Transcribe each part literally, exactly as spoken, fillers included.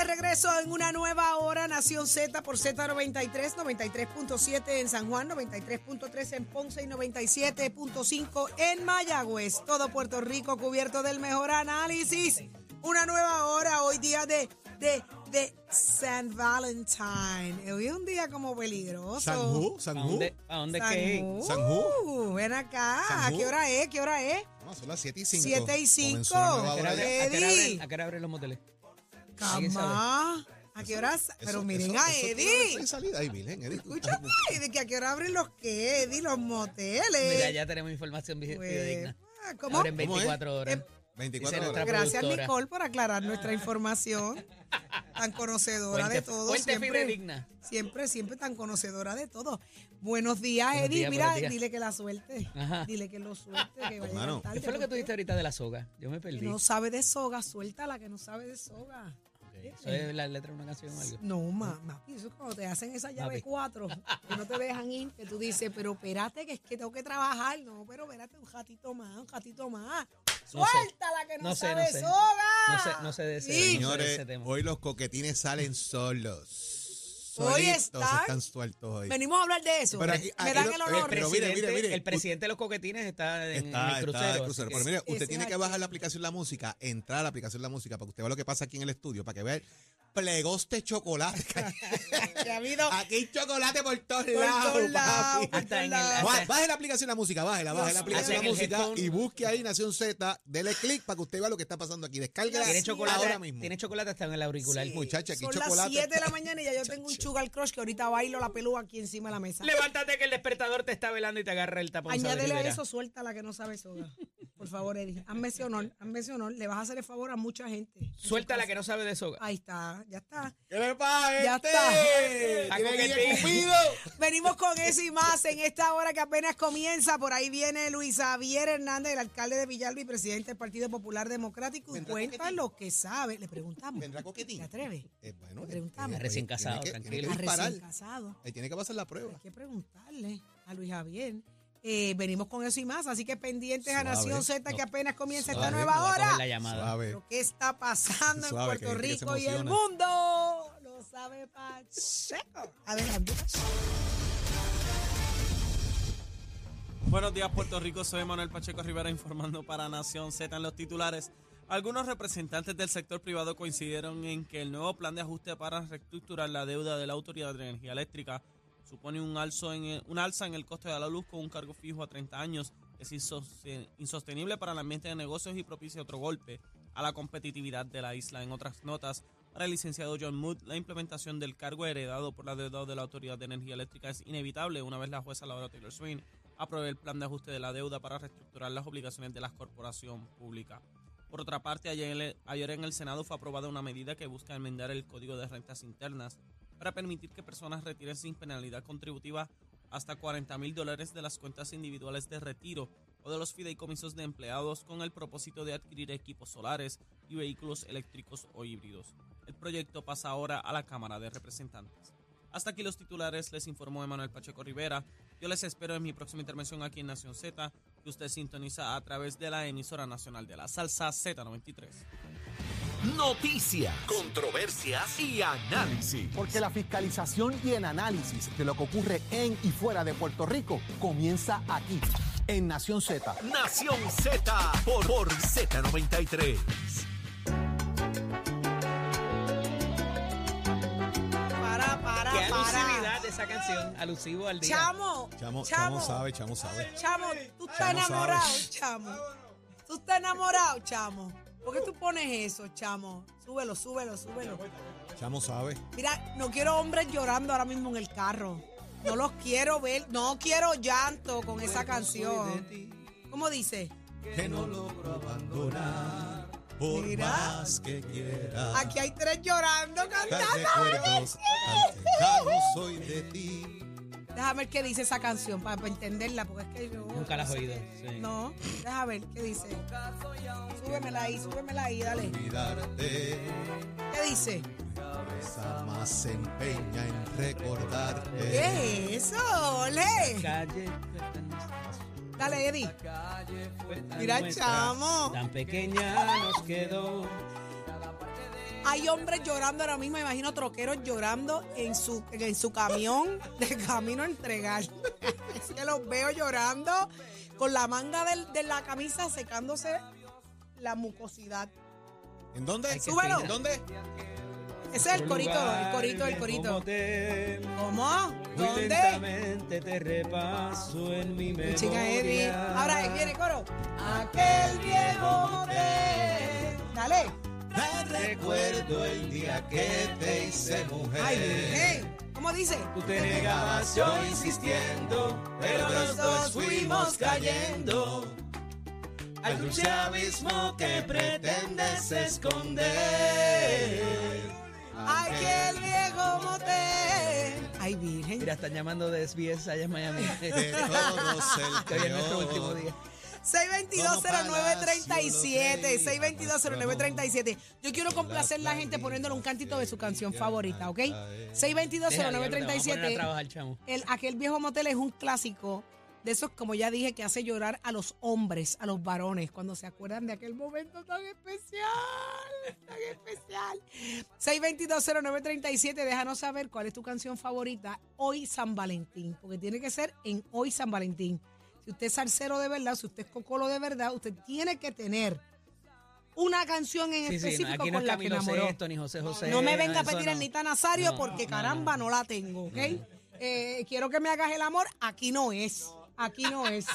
regreso en una nueva hora, Nación Z por Z noventa y tres, noventa y tres punto siete en San Juan, noventa y tres punto tres en Ponce y noventa y siete punto cinco en Mayagüez. Todo Puerto Rico cubierto del mejor análisis. Una nueva hora, hoy día de, de, de San Valentine. Hoy es un día como peligroso. ¿Sanjú? ¿Sanjú? ¿A dónde, a dónde qué? ¿Sanjú? Ven acá. ¿A ¿Sanjú? qué hora es? ¿Qué hora es? No, son las siete y cinco. siete y cinco. Comenzó una nueva ¿A qué hora hora ya. abren- a qué hora Eddie. abren- a qué hora abren los moteles? ¿Alguien sabe? Cama. ¿A qué horas? Pero Eso- miren eso- a eso tiene Eddie. hora de salida. Ay, Virgen, Eddie. Escúchame, ¿de que a qué hora abren los qué, Eddie? Los moteles. Mira, ya tenemos información vi- Pues, fidedigna. ah, ¿Cómo? Abren ¿Cómo es? veinticuatro horas. Eh, veinticuatro Dice horas. nuestra Gracias, productora. Nicole, por aclarar nuestra información. Tan conocedora Fuente- de todo. fuente Siempre, fidedigna. siempre, siempre tan conocedora de todo. Buenos días, Buenos Eddie. días, Mira, buenos días. dile que la suelte. Ajá. Dile que lo suelte, que vaya Hermano. a cantar, ¿Qué fue lo que tú porque dijiste ahorita de la soga? Yo me perdí. no sabe de soga, suéltala que no sabe de soga. Ok, ¿eso es la letra de una canción o algo? No, mamá, eso es cuando te hacen esa llave Papi. cuatro, que no te dejan ir, que tú dices, pero espérate, que es que tengo que trabajar. No, pero espérate un ratito más, un ratito más. No sé. Suéltala que no, No sé, sabe no sé. soga. No sé, no sé de ese, Sí. no sé de Señores, ese tema. hoy los coquetines salen solos. Hoy Solitos están- están sueltos hoy. Venimos a hablar de eso. Pero aquí- Me aquí dan lo- el eh, honor. pero el mire, presidente, mire, mire. el presidente de los coquetines está en, en Está, el crucero. está el así crucero. que- Pero mire, Ese usted es tiene que aquí. bajar la aplicación de la música, entrar a la aplicación de la música para que usted vea lo que pasa aquí en el estudio, para que vea el plegoste chocolate. Que ha habido Aquí hay chocolate por todos por lados. todos lados, papi. por Hasta todos en el- lados. Ba- Baje la aplicación de la música, bájela, baje la aplicación de la hasta en el música headphone. y busque ahí Nación Z, dele clic para que usted vea lo que está pasando aquí. Descárguela Tiene chocolate, ahora mismo. tiene chocolate hasta en el auricular. Sí. Muchacha, aquí Son chocolate. las siete de la mañana y ya yo tengo un sugar crush que ahorita bailo la pelúa aquí encima de la mesa. Levántate que el despertador te está velando y te agarra el tapón. Añádele a Rivera. eso, suéltala que no sabe soga. Por favor, Eddie, hazme ese honor, hazme ese honor. Le vas a hacer el favor a mucha gente. Suelta la que no sabe de soga. Ahí está, ya está. ¿Qué le pasa, Ya este? está. A ¿Tiene coquetín. guía Cupido? Venimos con eso y más en esta hora que apenas comienza. Por ahí viene Luis Javier Hernández, el alcalde de Villalba y presidente del Partido Popular Democrático. Y ¿Vendrá cuenta coquetín? lo que sabe. Le preguntamos. ¿Vendrá coquetín? ¿Te atreves? Eh, bueno, Le preguntamos. eh, Recién eh, casado, tiene que- tranquilo. Tiene A que disparar. recién casado. Él tiene que pasar la prueba. Hay que preguntarle a Luis Javier. Eh, venimos con eso y más, así que pendientes a Suave. Nación Z que No. apenas comienza Suave. esta No nueva va a coger hora. la llamada. Suave. Lo que está pasando Suave, en que Puerto hay gente que Rico se y el emociona. mundo. Lo sabe Pacheco. Adelante. Buenos días, Puerto Rico. Soy Manuel Pacheco Rivera informando para Nación Z en los titulares. Algunos representantes del sector privado coincidieron en que el nuevo plan de ajuste para reestructurar la deuda de la Autoridad de Energía Eléctrica supone un, alzo en el- un alza en el coste de la luz con un cargo fijo a treinta años. Es insosten- insostenible para el ambiente de negocios y propicia otro golpe a la competitividad de la isla. En otras notas, para el licenciado John Mood, la implementación del cargo heredado por la deuda de la Autoridad de Energía Eléctrica es inevitable una vez la jueza Laura Taylor Swain apruebe el plan de ajuste de la deuda para reestructurar las obligaciones de la corporación pública. Por otra parte, ayer, ayer en el Senado fue aprobada una medida que busca enmendar el Código de Rentas Internas para permitir que personas retiren sin penalidad contributiva hasta cuarenta mil dólares de las cuentas individuales de retiro o de los fideicomisos de empleados con el propósito de adquirir equipos solares y vehículos eléctricos o híbridos. El proyecto pasa ahora a la Cámara de Representantes. Hasta aquí los titulares, les informó Emanuel Pacheco Rivera. Yo les espero en mi próxima intervención aquí en Nación Z, que usted sintoniza a través de la emisora nacional de la salsa Z noventa y tres. Noticias, controversias y análisis. Porque la fiscalización y el análisis de lo que ocurre en y fuera de Puerto Rico comienza aquí, en Nación Z. Nación Z por, por Z noventa y tres. Para, para, Qué alusividad para. de esa canción, alusivo al día. Chamo, Chamo, chamo, chamo sabe, chamo sabe. Chamo, tú estás Chamo enamorado, sabe. chamo. Tú estás enamorado, chamo. ¿Por qué tú pones eso, chamo? Súbelo, súbelo, súbelo. Chamo sabe. Mira, no quiero hombres llorando ahora mismo en el carro. No los quiero ver, no quiero llanto con esa canción. ¿Cómo dice? Que no logro abandonar por Mira. más que quiera. Aquí hay tres llorando Tan cantando. recuerdos, tan lejano soy de ti. Déjame ver qué dice esa canción para, para entenderla, porque es que yo... Nunca la has oído. Sí. No, déjame ver qué dice. Súbemela ahí, súbemela ahí, dale. Olvidarte, ¿Qué dice? esa más se empeña en recordarte. ¿Qué es eso, ole? Calle, Dale, Eddie. fue tan Mira, nuestra, chamo. Tan pequeña nos quedó. Hay hombres llorando ahora mismo, me imagino troqueros llorando en su, en su camión de camino a entregar. Es que los veo llorando con la manga del- de la camisa secándose la mucosidad. ¿En dónde? Ay, qué Súbelo. ¿En dónde? Ese es el corito, el corito, el corito. ¿Cómo? ¿Dónde? Lentamente te repaso en mi memoria. Chica Eddie. Ahora ahí viene el coro. Aquel viejo motel. Dale. Recuerdo el día que te hice mujer. Ay, Virgen. ¿Cómo dice? Tú te negabas yo insistiendo, pero los dos fuimos cayendo al dulce abismo que pretendes esconder. Aquel viejo motel. Ay, Virgen. Mira, están llamando de S B S allá en Miami. De todos el Que hoy es nuestro peor. último día. seis veintidós cero nueve treinta y siete, seis veintidós cero nueve treinta y siete. Yo quiero complacer a la gente poniéndole un cantito de su canción favorita, ¿ok? seis veintidós cero nueve treinta y Vamos a poner a siete. trabajar, chamo. El, aquel viejo motel es un clásico de esos, como ya dije, que hace llorar a los hombres, a los varones, cuando se acuerdan de aquel momento tan especial, tan especial. seis veintidós cero nueve treinta y siete, déjanos saber cuál es tu canción favorita hoy San Valentín, porque tiene que ser en hoy San Valentín. Si usted es salsero de verdad, si usted es cocolo de verdad, usted tiene que tener una canción en Sí, sí, específico aquí no con es la que Camilo enamoró. Sesto ni José José. No me venga a eso pedir no. Anita Nazario No, porque no, caramba no la tengo, ¿ok? Eh, quiero que me hagas el amor, aquí no es. Aquí no es.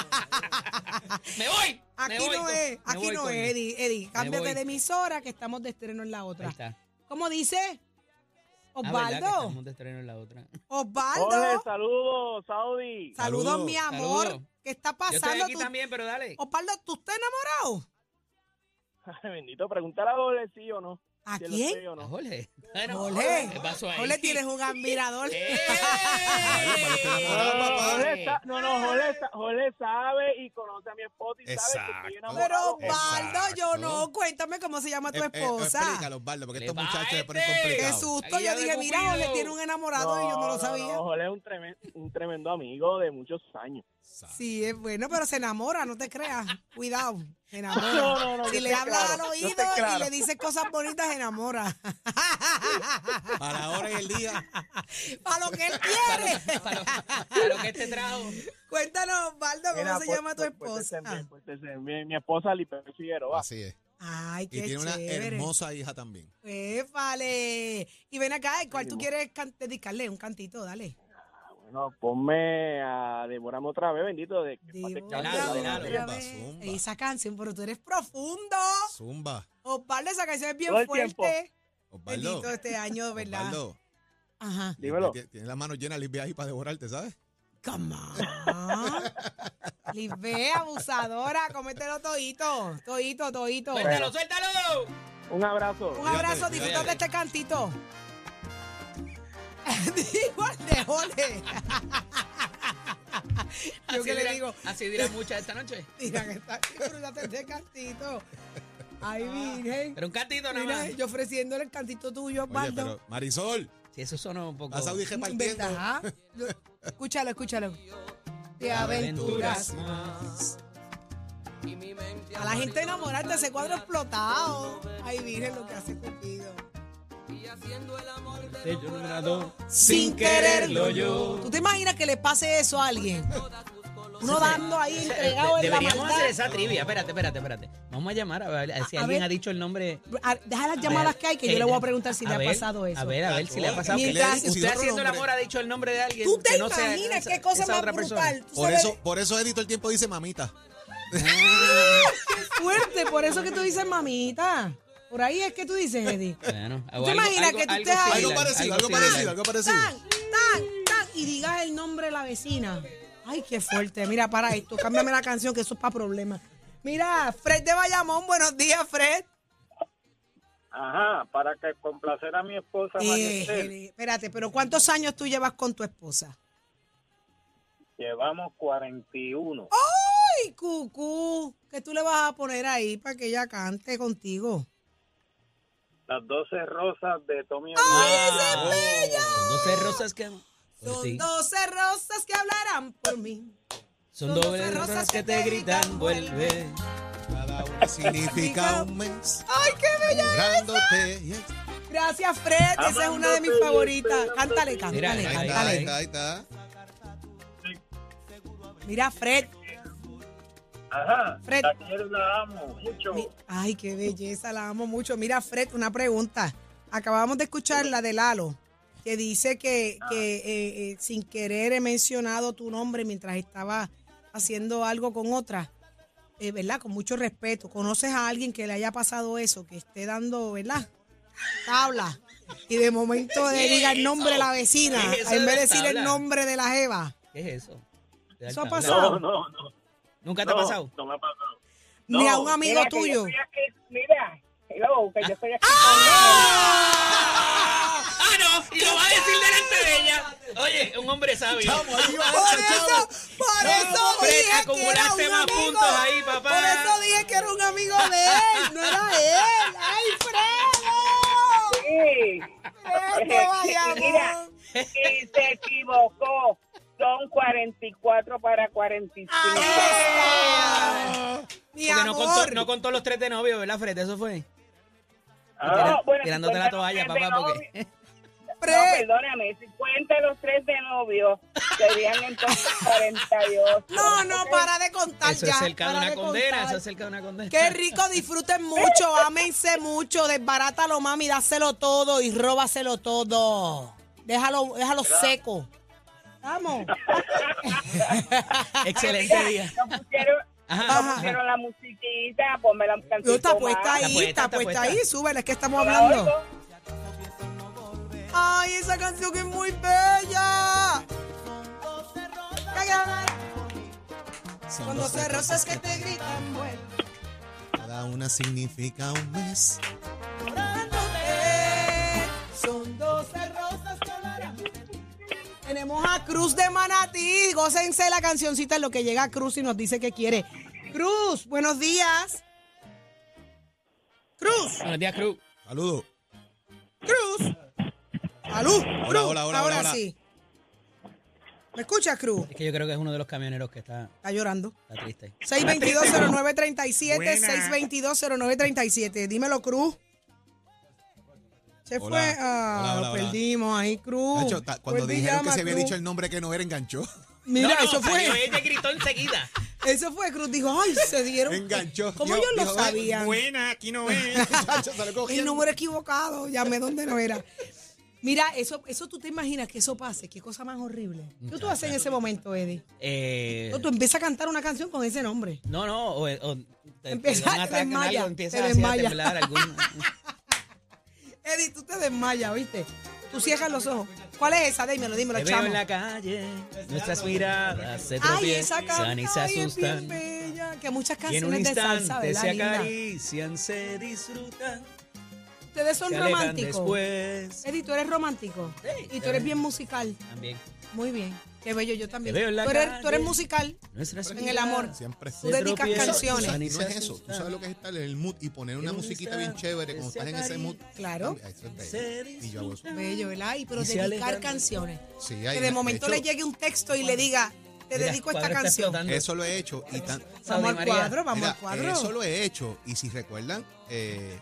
¡Me voy! Aquí me voy, no co- es. me Aquí voy, no coño. es, Eddie. Eddie, cámbiate voy. de emisora que estamos de estreno en la otra. Ahí está. ¿Cómo dice? Ah, ¿verdad que Osvaldo. estamos de estreno en la otra? Osvaldo. Ole, saludos, Saudi. Saludos, Saludos. mi amor. Saludos. ¿Qué está Yo estoy pasando? aquí ¿Tú- también, pero dale. Osvaldo, ¿tú estás enamorado? Bendito, preguntar a Ole sí o no. ¿A Si él quién? sí o no. Jorge. Bueno, Jorge. ¿qué pasó ahí? Jorge, tienes un admirador. ¡Eh! enamorado, papá. Jorge sa- no, no, Jorge, sa- Jorge sabe y conoce a mi esposa y sabe que estoy Exacto. enamorado. Pero Osvaldo, yo Exacto. no. Cuéntame cómo se llama tu Eh, eh, esposa. explícalo, Osvaldo, porque Le estos va muchachos se ponen este. Qué complicados. susto. Aquí Yo ya de dije, mira, Cupido. Jorge tiene un enamorado y yo no lo sabía. No, Jorge es un, tremen- un tremendo amigo de muchos años. Sí, es bueno, pero se enamora, no te creas. Cuidado, se enamora. No, no, no, si yo le estoy hablas claro, al yo oído estoy claro. y le dices cosas bonitas, se enamora. A la hora y el día. Para lo que él Para quiere. lo, para lo- para lo que te trajo. Cuéntanos, Osvaldo, ¿cómo Mira, se pues- llama tu pues- pues esposa? te- pues te- mi, mi esposa Lipe Figueroa. Así es. Ay, Y qué tiene una chévere. hermosa hija también. Épale. Y ven acá, ¿cuál tú quieres can- dedicarle? Un cantito, dale. Bueno, ponme a Devórame otra vez, bendito. De que Dívame paz descanse, Denalo, la denalo. gloria. otra Zumba, vez. zumba. Esa canción, pero tú eres profundo. Zumba. Osvaldo, esa canción es bien Todo el fuerte. tiempo. Osvaldo. Bendito este año, ¿verdad? Osvaldo. Ajá. Dímelo. Tienes tiene las manos llenas de ahí para devorarte, ¿sabes? Come on. Lisbeth, abusadora, cómetelo todito. Todito, todito. ¡Suéltalo, suéltalo! Un abrazo. Un abrazo, Cuídate, disfruta de cuídate. este cantito. Igual de Jorge. Yo Así que le dirán- digo, Así dirán muchas esta noche. mira que está, disfrútate de este cantito. Ay, virgen. Pero un cantito nada Mira, más. yo ofreciéndole el cantito tuyo, Oye, Osvaldo. pero Marisol, Si eso sonó un poco. la Saudi repartiendo. ¿Verdad? Yo- Escúchalo, escúchalo. De aventuras. más. A la gente enamorarte, ese cuadro explotado. Ay, virgen, lo que hace Cupido. De Jonado, Sin quererlo yo. ¿Tú te imaginas que le pase eso a alguien? Uno dando ahí entregado en la Deberíamos maldad. hacer esa trivia. Espérate, espérate, espérate. Vamos a llamar a ver si A alguien ver. ha dicho el nombre. A- Deja las llamadas que hay, que yo le voy a preguntar si le ha ver, pasado eso. A ver, a ver si le ha pasado. Mientras- Que usted haciendo el amor ha dicho el nombre de alguien. ¿Tú te que no sea imaginas esa- qué cosa esa más otra persona. brutal? ¿Tú Por sabes eso, por eso Edito el tiempo dice mamita. qué fuerte? Por eso que tú dices mamita. Por ahí es que tú dices, Eddie. Bueno, ¿Tú te imaginas que tú estés ahí? Algo similar, parecido, algo similar. parecido, algo parecido. Tan, tan, tan, y digas el nombre de la vecina. Ay, qué fuerte. Mira, para esto, cámbiame la canción, que eso es para problemas. Mira, Fred de Bayamón, buenos días, Fred. Ajá, para que complacer a mi esposa Eh, Marisel, eh, espérate, pero ¿cuántos años tú llevas con tu esposa? llevamos cuarenta y uno. Ay, cucú, ¿qué tú le vas a poner ahí para que ella cante contigo? Las doce rosas de Tommy Son doce rosas que. por Son ti. doce rosas que hablarán por mí. Son son doce doce rosas rosas que que te te gritan, gritan, vuelve. Cada una significa un mes. Ay, qué bella. Llorándote Este, yes. Gracias, Fred. Esa es una de mis favoritas. Cántale, cántale, Mira, Ahí está, ahí cántale. está, ahí está. Mira, Fred. Ajá. Fred. La quiero y la amo mucho. Mi- Ay, qué belleza, la amo mucho. Mira, Fred, una pregunta. Acabamos de escuchar la de Lalo, que dice que, que eh, eh, sin querer he mencionado tu nombre mientras estaba haciendo algo con otra, eh, ¿verdad? Con mucho respeto. ¿Conoces a alguien que le haya pasado eso, que esté dando, ¿verdad? Tabla. Y de momento le diga el nombre de la vecina, ¿Qué es eso en de vez de las decir el tablas? nombre de la jeva. ¿Qué es eso? ¿Te da ¿Eso ha tabla? pasado? No, no, no. ¿Nunca te ha no, pasado? No me ha pasado. Ni a No, un amigo Mira, que yo tuyo. estoy aquí, mira, hello, que yo estoy aquí ¡Ah, no! Y lo va a decir delante de ella. Oye, un hombre sabio. Chamo, ahí va Por ese eso, chavo. por eso Fred, dije que era acumulaste un más amigo. puntos ahí, papá. Por eso dije que era un amigo de él, no era él. ¡Ay, Fredo! con él. ¡Fredo, vaya Mira, amor! y se equivocó. Son cuarenta y cuatro para cuarenta y Ahí cinco. está. Mi Porque no contó, amor. no contó los tres de novio, ¿verdad, Fred? Eso fue. Ah, Tira- bueno, tirándote si la cuenta toalla, los tres papá, de porque... novio- No, Fred, perdóname, si cuenta los tres de novio, serían entonces cuarenta y ocho. no, no, para de contar Eso ya. es cerca de para una condena, contar. eso es cerca de una condena. Qué rico, disfruten mucho, ámense mucho, desbarátalo, mami, dáselo todo y róbaselo todo. Déjalo, déjalo seco. Vamos. Excelente día. No pusieron, Ajá. no Ajá. pusieron la musiquita, ponme la canción. No, está puesta ahí, Está puesta, está está puesta puesta. ahí, súbela, es que estamos hablando. Ay, esa canción que es muy bella. Son Cuando doce se rosas que te gritan, bueno. Cada una significa un mes. Son doce rosas coloradas. Tenemos a Cruz de Manatí. Gócense la cancioncita en lo que llega Cruz y nos dice que quiere. Cruz, buenos días. Cruz, Buenos días, Cruz. Saludos. Cruz. Salud. Hola, Cruz. hola, hola, Ahora hola, hola. sí. ¿Me escuchas, Cruz? Es que yo creo que es uno de los camioneros que está, Está llorando. está triste. seis dos dos, cero nueve tres siete, seis dos dos, cero nueve tres siete. Dímelo, Cruz. Se Hola. fue. Ah, Hola, hola, lo hola. perdimos ahí, Cruz. Nacho, ta- cuando Vuelve y dijeron que llama, se había Cruz. dicho el nombre que no era, enganchó. Mira, No, no, eso fue. salió, ella gritó enseguida. Eso fue, Cruz dijo, ay, se dieron. Enganchó. ¿Cómo Dijo- ellos lo dijo, "Ay, sabían? Buena, aquí no es. Chacho, se lo El cogiendo. número equivocado, llamé donde no era. Mira, eso, eso tú te imaginas que eso pase, qué cosa más horrible. ¿Qué tú haces en ese momento, Eddie? Eh, No, tú empiezas a cantar una canción con ese nombre. no, no, o, o te, Empieza- te da un te ataque en desmaya, algo, empiezas te así a desmaya. temblar algún... Eddie, tú te desmayas, ¿viste? Tú cierras los ojos. ¿Cuál es esa? Dímelo, dímelo, Te veo chamo. en la calle, nuestras miradas se Ay, esa tropiezan y se canción es bien asustan. bella. Que muchas Y en un canciones de salsa, instante ¿verdad, se linda? acarician, se disfrutan, Ustedes son se alejan románticos. después. Eddie, tú eres romántico. Sí, Y tú eres bien musical. También. Muy bien. Qué bello, yo también. Te veo en la tú, eres, calle. tú eres musical. Nuestras En el amor. Siempre. Tú dedicas tropiezan, canciones. y No se es eso. Tú sabes lo que es estar en el mood y poner una En un musiquita bien instante chévere cuando se estás en ese mood. Claro. Eso es Se bello. Y yo hago eso. Bello, ¿verdad? Y pero Y se dedicar alejan. canciones. Sí, hay- Que de momento hecho, le llegue un texto y le diga, te Mira, dedico a esta cuadro está canción. explotando. Eso lo he hecho. Y tan, Vamos Saudi al María. cuadro, vamos Mira, al cuadro. eso lo he hecho. Y si recuerdan, eh,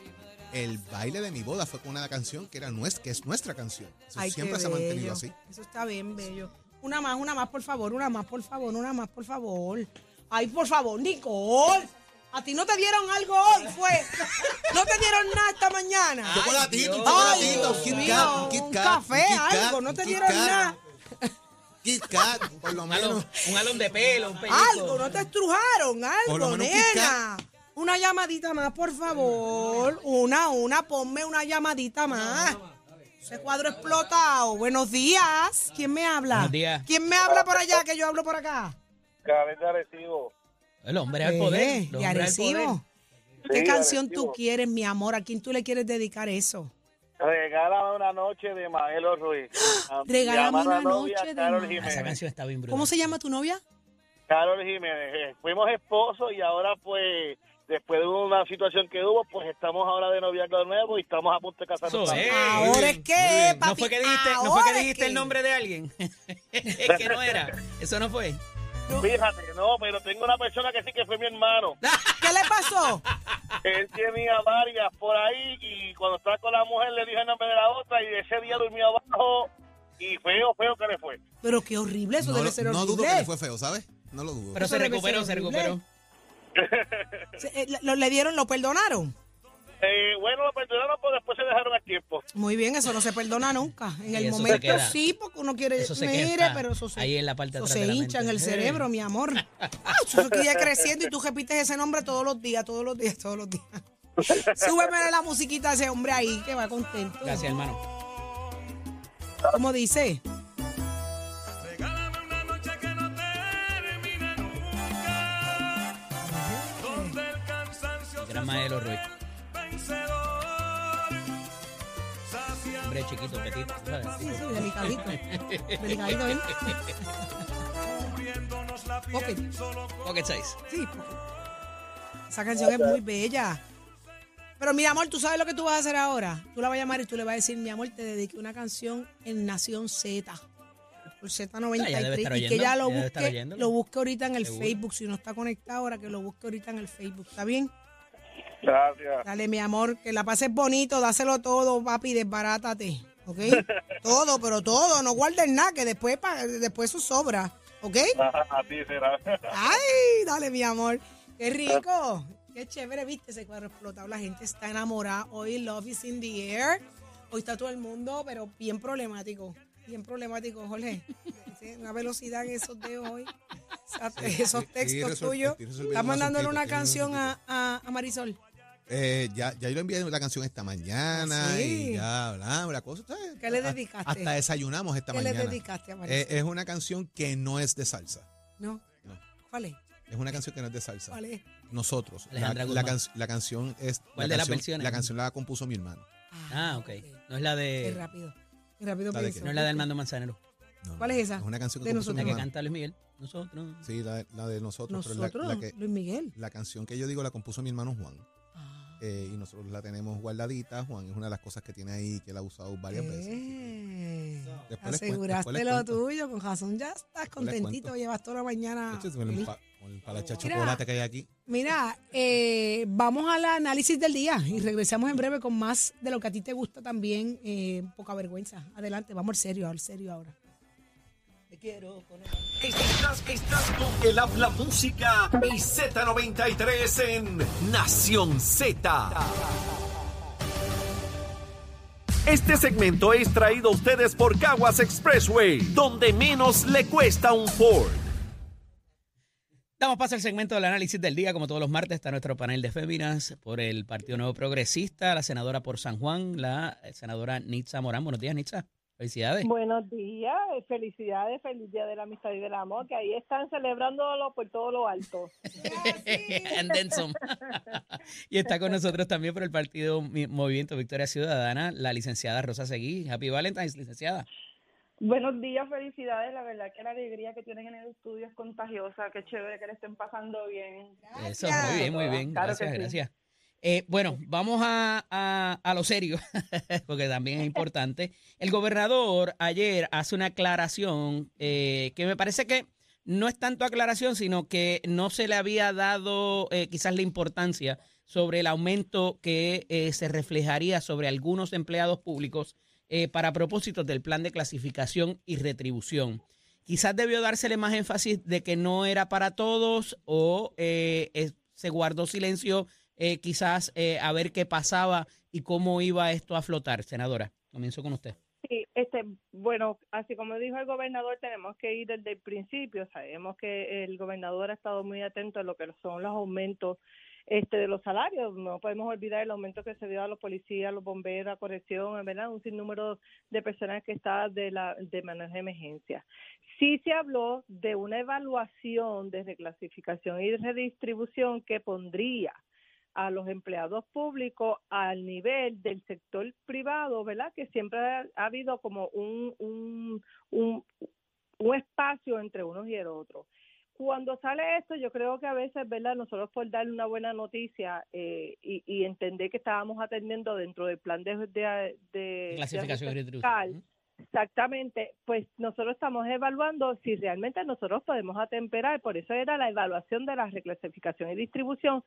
el baile de mi boda fue con una canción que era nuestra, que es nuestra canción. Eso Ay, siempre qué se ha mantenido bello. así. Eso está bien bello. Una más, una más, por favor, una más, por favor, una más, por favor. Ay, por favor, Nicole. A ti no te dieron algo hoy, fue. No te dieron nada esta mañana. Chocolatito, Dios. un chocolatito, Ay, Kit Dios Kat, mío, un Kit un Kat, café, un Kit Kat, algo, no un te Kit dieron Kat. nada. Kit Kat, por lo Un alón, menos. un alón de pelo, un pellizco. Algo, no te estrujaron, Por lo algo, menos un Kit nena. Una llamadita más, por favor. Una, una, ponme una llamadita más. Ese cuadro explotado. Buenos días. ¿Quién me habla? Buenos días. ¿Quién me habla por allá que yo hablo por acá? Cabeza de Arecibo. El hombre al poder. Eh, el de hombre al poder. Arecibo. ¿Qué Sí, canción Arecibo. tú quieres, mi amor? ¿A quién tú le quieres dedicar eso? Regálame una noche de Maelo Ruiz. A- Regálame llama a la una novia noche de Carol Maelo. Ah, esa Jiménez. canción está bien brutal. ¿Cómo se llama tu novia? Carol Jiménez. Eh, Fuimos esposos y ahora pues después de una situación que hubo, pues estamos ahora de noviazgo de nuevo y estamos a punto de casarnos. Eso también. es. Ahora es bien, que, muy bien. papi. ¿No fue que dijiste, ¿no fue ahora que es dijiste que- el nombre de alguien? Es que no era. Eso no fue. Fíjate, no, pero tengo una persona que sí que fue mi hermano. ¿Qué le pasó? Él tenía varias por ahí y cuando estaba con la mujer le dije el nombre de la otra y ese día durmió abajo y feo, feo que le fue. Pero qué horrible, eso No, debe lo- ser no horrible. dudo que le fue feo, ¿sabes? No lo dudo. Pero Eso se debe recuperó, ser se horrible. recuperó. Se- eh, ¿Lo le dieron, lo perdonaron? Eh, bueno, lo perdonaron, pero después se dejaron el tiempo. Muy bien, eso no se perdona nunca. En Y el eso se momento queda. sí, porque uno quiere, Eso se mire, queda pero eso se, ahí en la parte de eso atrás se de la hincha en mente. el cerebro, mi amor. Ah, eso sigue creciendo y tú repites ese nombre todos los días, todos los días, todos los días. Súbeme la musiquita a ese hombre ahí que va contento. Gracias, hermano. ¿Cómo dice? Regálame una noche que no termine nunca, donde el cansancio sea Gran Maelo Ruiz. vencedor, saciando Hombre chiquito, petito, ¿sabes? Sí, sí, delicadito. Delicadito, ¿eh? cubriéndonos la piel Ok, solo con Pocket size. sí. Esa canción es muy bella. Pero mi amor, ¿tú sabes lo que tú vas a hacer ahora? Tú la vas a llamar y tú le vas a decir, mi amor, te dediqué una canción en Nación Z. Por Z noventa y Ah, ya debe tres. estar Y que oyendo, ella lo ya debe estar busque, oyéndolo. lo busque ahorita en el Seguro. Facebook. Si no está conectado ahora, que lo busque ahorita en el Facebook. ¿Está bien? Gracias. Dale, mi amor, que la pases bonito, dáselo todo, papi, desbarátate. ¿Ok? Todo, pero todo. No guardes nada, que después, pa- después eso sobra. ¿Ok? Así será. Ay, dale, mi amor. Qué rico. Qué chévere, viste ese cuadro explotado. La gente está enamorada. Hoy Love is in the air. Hoy está todo el mundo, pero bien problemático. Bien problemático, Jorge. Sí, una velocidad en esos dedos hoy. Esa- Esos sí, textos resol- tuyos. estoy resolviendo Estás un mandándole asuntito, una estoy canción resolviendo a, a, a Marisol. Eh, ya, ya yo le envié la canción esta mañana ¿Ah, sí? y ya hablamos la cosa. ¿sabes? ¿Qué le A- dedicaste? Hasta desayunamos esta ¿Qué mañana. le dedicaste a Marisol? Eh, es una canción que no es de salsa. no. no. ¿Cuál es? Es una canción que no es de salsa. ¿Cuál es? Nosotros. La, Alejandra la, Guzmán. can- la canción es. ¿Cuál la de las canción- versiones? La canción la compuso mi hermano. Ah, ok. No es la Qué de. rápido. Qué rápido ¿La de pensó. qué? No es la de Armando Manzanero. No, no, ¿Cuál es esa? Es una canción que De compuso mi La que hermano. canta Luis Miguel. Nosotros. Sí, la, la de nosotros. pero Nosotros, la, la que- Luis Miguel. la canción que yo digo la compuso mi hermano Juan. Ah. eh, y nosotros la tenemos guardadita. Juan es una de las cosas que tiene ahí que él ha usado varias veces. Eh, Después les cuen- aseguraste después les lo cuento. tuyo, con razón ya estás contentito, cuento. llevas toda la mañana. De hecho, con el, feliz. pa- con el palacha de Mira. chocolate que hay aquí. Mira, eh, vamos al análisis del día y regresamos en breve con más de lo que a ti te gusta también, eh, poca vergüenza. Adelante, vamos al serio, al serio ahora. Te quiero poner. Estás, estás con el habla música y Z noventa y tres en Nación Z. Este segmento es traído a ustedes por Caguas Expressway, donde menos le cuesta un Ford. Damos paso al segmento del análisis del día. Como todos los martes, está nuestro panel de féminas por el Partido Nuevo Progresista, la senadora por San Juan, la senadora Nitza Morán. Buenos días, Nitza. Felicidades. Buenos días, felicidades, feliz día de la amistad y del amor, que ahí están celebrándolo por todo lo alto. And then some. Y está con nosotros también por el Partido Mi- Movimiento Victoria Ciudadana, la licenciada Rosa Seguí. Happy Valentine's, licenciada. Buenos días, felicidades, la verdad que la alegría que tienen en el estudio es contagiosa, qué chévere que le estén pasando bien. Eso, muy bien, muy bien. Claro Gracias, que sí. gracias. Eh, bueno, vamos a, a, a lo serio, porque también es importante. El gobernador ayer hace una aclaración eh, que me parece que no es tanto aclaración, sino que no se le había dado eh, quizás la importancia sobre el aumento que eh, se reflejaría sobre algunos empleados públicos eh, para propósitos del plan de clasificación y retribución. Quizás debió dársele más énfasis de que no era para todos o eh, eh, se guardó silencio. Eh, quizás eh, a ver qué pasaba y cómo iba esto a flotar. Senadora, comienzo con usted. Sí, este, bueno, así como dijo el gobernador, tenemos que ir desde el principio. Sabemos que el gobernador ha estado muy atento a lo que son los aumentos este de los salarios. No podemos olvidar el aumento que se dio a los policías, a los bomberos, a corrección, ¿verdad? Un sinnúmero de personas que está de la de manejo de emergencia. Sí se habló de una evaluación de reclasificación y redistribución que pondría a los empleados públicos al nivel del sector privado, ¿verdad? Que siempre ha, ha habido como un, un, un, un espacio entre unos y el otro. Cuando sale esto, yo creo que a veces, ¿verdad? Nosotros por darle una buena noticia eh, y, y entender que estábamos atendiendo dentro del plan de, de, de Clasificación y de retribución. exactamente, pues nosotros estamos evaluando si realmente nosotros podemos atemperar, por eso era la evaluación de la reclasificación y distribución,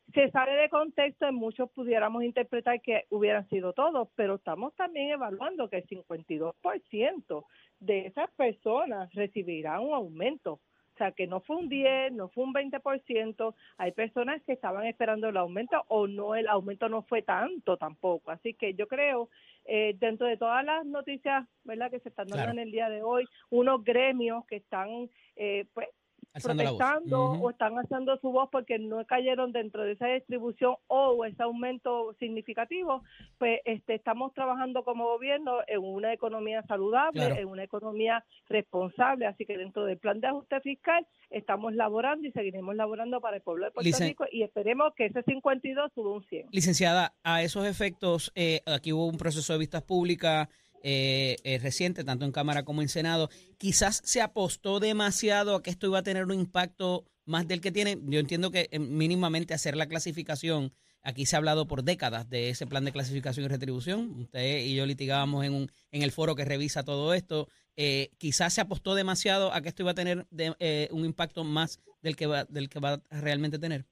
se sale de contexto, en muchos pudiéramos interpretar que hubieran sido todos, pero estamos también evaluando que el cincuenta y dos por ciento de esas personas recibirán un aumento. O sea, que no fue un diez, no fue un veinte por ciento. Hay personas que estaban esperando el aumento o no, el aumento no fue tanto tampoco. Así que yo creo, eh, dentro de todas las noticias, ¿verdad?, que se están dando Claro. en el día de hoy, unos gremios que están, eh, pues, Alzando la voz. protestando Ujú. o están alzando su voz porque no cayeron dentro de esa distribución o ese aumento significativo, pues este estamos trabajando como gobierno en una economía saludable, Claro. en una economía responsable, así que dentro del plan de ajuste fiscal estamos laborando y seguiremos laborando para el pueblo de Puerto Licen- Rico y esperemos que ese cincuenta y dos suba un cien. Licenciada, a esos efectos, eh, aquí hubo un proceso de vistas públicas eh, eh, reciente, tanto en Cámara como en Senado. Quizás se apostó demasiado a que esto iba a tener un impacto más del que tiene. Yo entiendo que eh, mínimamente hacer la clasificación, aquí se ha hablado por décadas de ese plan de clasificación y retribución. Usted y yo litigábamos en, un, en el foro que revisa todo esto. Eh, quizás se apostó demasiado a que esto iba a tener de, eh, un impacto más del que va, del que va a realmente tener.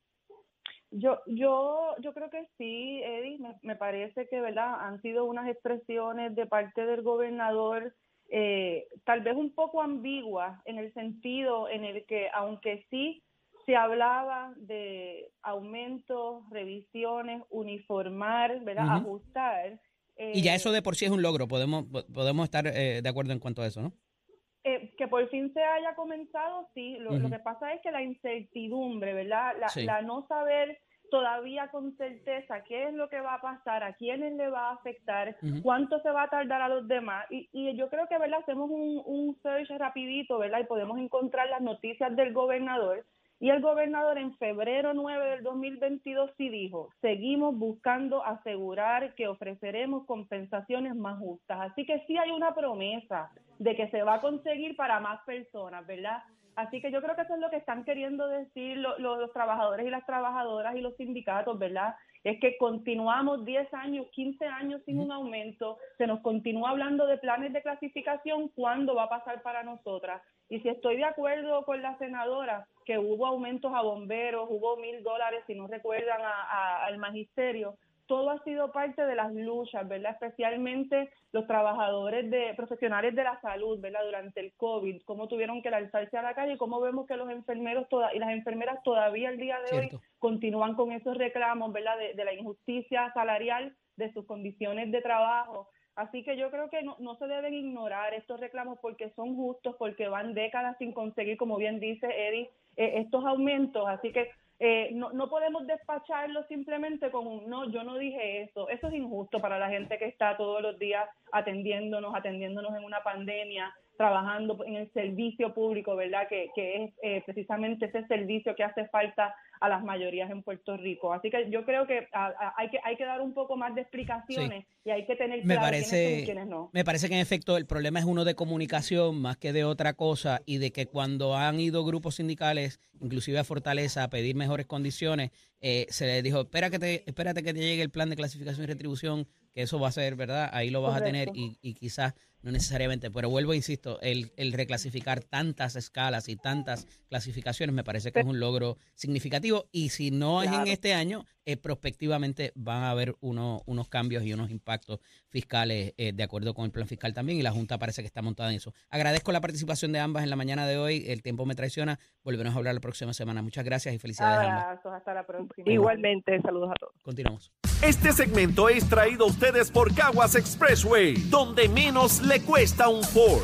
Yo, yo, yo creo que sí, Eddie, me, me parece que, ¿verdad?, han sido unas expresiones de parte del gobernador eh, tal vez un poco ambiguas en el sentido en el que, aunque sí se hablaba de aumentos, revisiones, uniformar, ¿verdad?, Ujú. ajustar. eh, Y ya eso de por sí es un logro, podemos podemos estar eh, de acuerdo en cuanto a eso, ¿no? Eh, que por fin se haya comenzado, sí. Lo, Ujú. lo que pasa es que la incertidumbre, ¿verdad? La, Sí. la no saber todavía con certeza qué es lo que va a pasar, a quiénes le va a afectar, Ujú. cuánto se va a tardar a los demás. Y, y yo creo que, ¿verdad?, hacemos un, un search rapidito, ¿verdad?, y podemos encontrar las noticias del gobernador. Y el gobernador en febrero nueve del dos mil veintidós sí dijo, seguimos buscando asegurar que ofreceremos compensaciones más justas. Así que sí hay una promesa de que se va a conseguir para más personas, ¿verdad? Así que yo creo que eso es lo que están queriendo decir lo- lo- los trabajadores y las trabajadoras y los sindicatos, ¿verdad? Es que continuamos diez años, quince años sin un aumento, se nos continúa hablando de planes de clasificación, ¿cuándo va a pasar para nosotras? Y si estoy de acuerdo con la senadora que hubo aumentos a bomberos, hubo mil dólares, si no recuerdan, a- a- al magisterio, todo ha sido parte de las luchas, ¿verdad? Especialmente los trabajadores de profesionales de la salud, ¿verdad? Durante el COVID, cómo tuvieron que lanzarse a la calle y cómo vemos que los enfermeros toda, y las enfermeras todavía al día de Cierto. hoy continúan con esos reclamos, ¿verdad? De, de la injusticia salarial, de sus condiciones de trabajo. Así que yo creo que no, no se deben ignorar estos reclamos porque son justos, porque van décadas sin conseguir, como bien dice Eddie, eh, estos aumentos. Así que eh, no, no podemos despacharlo simplemente con un no, yo no dije eso. Eso es injusto para la gente que está todos los días atendiéndonos, atendiéndonos en una pandemia, trabajando en el servicio público, ¿verdad? Que, que es eh, precisamente ese servicio que hace falta a las mayorías en Puerto Rico. Así que yo creo que a, a, hay que hay que dar un poco más de explicaciones y hay que tener Me claro quiénes son y parece, quiénes no. me parece que en efecto el problema es uno de comunicación más que de otra cosa y de que cuando han ido grupos sindicales, inclusive a Fortaleza, a pedir mejores condiciones, eh, se les dijo, Espera que te, espérate que te llegue el plan de clasificación y retribución, que eso va a ser, ¿verdad? Ahí lo vas Correcto. a tener y, y quizás no necesariamente, pero vuelvo, insisto, el, el reclasificar tantas escalas y tantas clasificaciones me parece que es un logro significativo y si no es en Claro. este año, eh, prospectivamente van a haber uno, unos cambios y unos impactos fiscales eh, de acuerdo con el plan fiscal también y la Junta parece que está montada en eso. Agradezco la participación de ambas en la mañana de hoy, el tiempo me traiciona, volveremos a hablar la próxima semana. Muchas gracias y felicidades a ambas. Abrazos, hasta la próxima. Igualmente, saludos a todos. Continuamos. Este segmento es traído a ustedes por Caguas Expressway, donde menos le cuesta un Ford.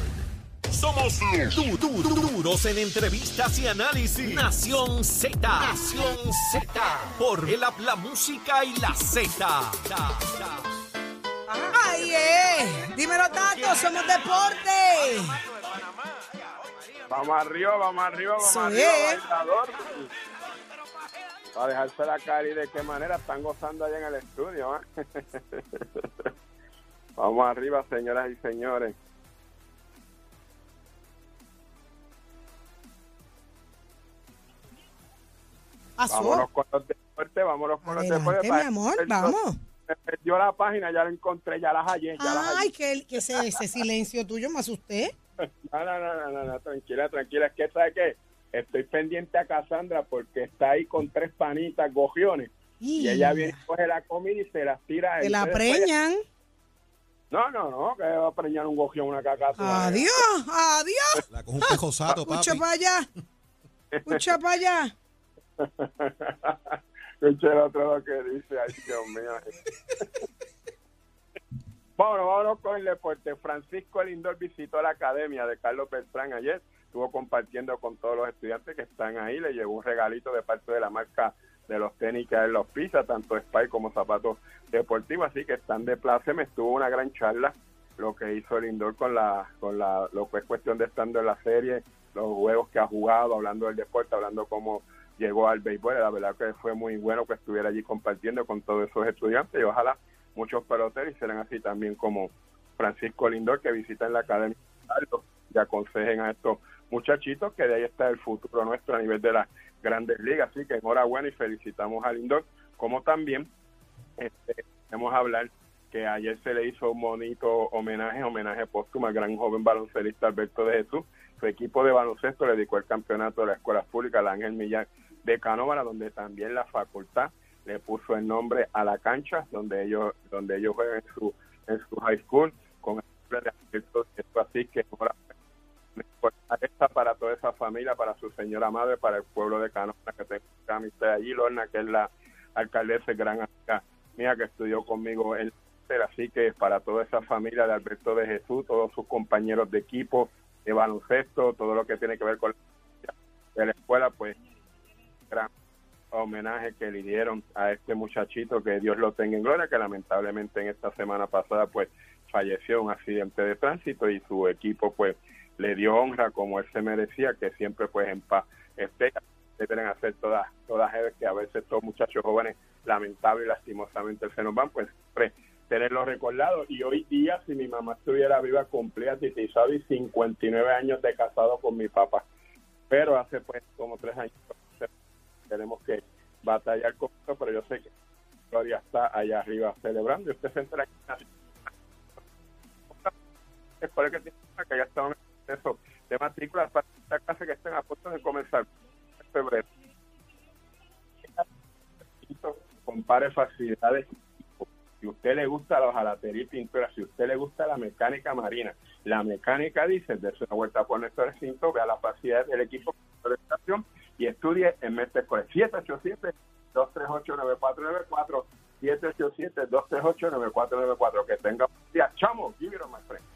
Somos du- du- du- duros en entrevistas y análisis. Nación Z. Nación Z. Por el app, la música y la Z. ¡Ay, eh! Dímelo, Tato, somos deporte. Vamos arriba, vamos arriba, vamos Eso arriba, es. bailador. Para dejarse la cara y de qué manera están gozando allá en el estudio. ¿eh? Vamos arriba, señoras y señores. Pasó. Vámonos con los deportes, vámonos con los Adelante, deportes. mi amor, vamos. Me perdió la página, ya la encontré, ya las hallé, ya las Ay, hallé. que, que ese, ese silencio tuyo me asusté. No, no, no, no, no, no, tranquila, tranquila. Es que, ¿sabes qué? Estoy pendiente a Cassandra porque está ahí con tres panitas, gojiones, Y ella viene y coge la comida y se las tira. Te y la después- preñan. No, no, no, que va a preñar un gojión, una cacaza. Adiós, adiós. La coge un pejosato, papi. Escucha para allá. Escucha para allá. Escucha el otro lo que dice. Ay, Dios mío. Vámonos, vámonos con el deporte. Francisco Lindor visitó la academia de Carlos Beltrán ayer. Estuvo compartiendo con todos los estudiantes que están ahí. Le llegó un regalito de parte de la marca de los tenis que a él los pisa, tanto Spike como zapatos deportivos. Así que están de pláceme. Estuvo una gran charla lo que hizo Lindor con la, con la, lo que es cuestión de estando en la serie, los juegos que ha jugado, hablando del deporte, hablando cómo llegó al béisbol. La verdad que fue muy bueno que estuviera allí compartiendo con todos esos estudiantes y ojalá muchos peloteros serán así también como Francisco Lindor, que visitan la academia y aconsejen a estos muchachitos que de ahí está el futuro nuestro a nivel de las grandes ligas. Así que enhorabuena y felicitamos a Lindor, como también este, vamos a hablar que ayer se le hizo un bonito homenaje, homenaje póstumo al gran joven baloncelista Alberto de Jesús. Su equipo de baloncesto le dedicó el campeonato de la Escuela Pública al Ángel Millar de Canóvara, donde también la facultad le puso el nombre a la cancha donde ellos donde ellos juegan en su en su high school con el nombre de Alberto de Jesús. Así que ahora esta para toda esa familia, para su señora madre, para el pueblo de Canóvara, que tengo amistad allí, Lorna, que es la alcaldesa, gran amiga mía que estudió conmigo en así que para toda esa familia de Alberto de Jesús, todos sus compañeros de equipo, de baloncesto, todo lo que tiene que ver con la escuela, pues gran homenaje que le dieron a este muchachito, que Dios lo tenga en gloria, que lamentablemente en esta semana pasada pues falleció en un accidente de tránsito y su equipo pues le dio honra como él se merecía, que siempre pues en paz esté. Deben hacer todas todas que a veces estos muchachos jóvenes lamentable y lastimosamente se nos van, pues siempre tenerlo recordado. Y hoy día, si mi mamá estuviera viva, cumplía dieciséis y cincuenta y nueve años de casado con mi papá, pero hace pues como tres años tenemos que batallar con esto, pero yo sé que Gloria está allá arriba celebrando y usted se entera es por el que tiene que ya estaban en el proceso de matrículas para esta clase que estén a punto de comenzar en febrero. Compare facilidades. Si a usted le gusta la hojalatería y pintura, si a usted le gusta la mecánica marina, la mecánica diésel, dése una vuelta por nuestro recinto, vea la facilidad del equipo de estación y estudie en Mestre College. siete ocho siete, dos tres ocho, nueve cuatro nueve cuatro, siete ocho siete, dos tres ocho, nueve cuatro nueve cuatro. Que tenga un día. Chamo, give it on my friend.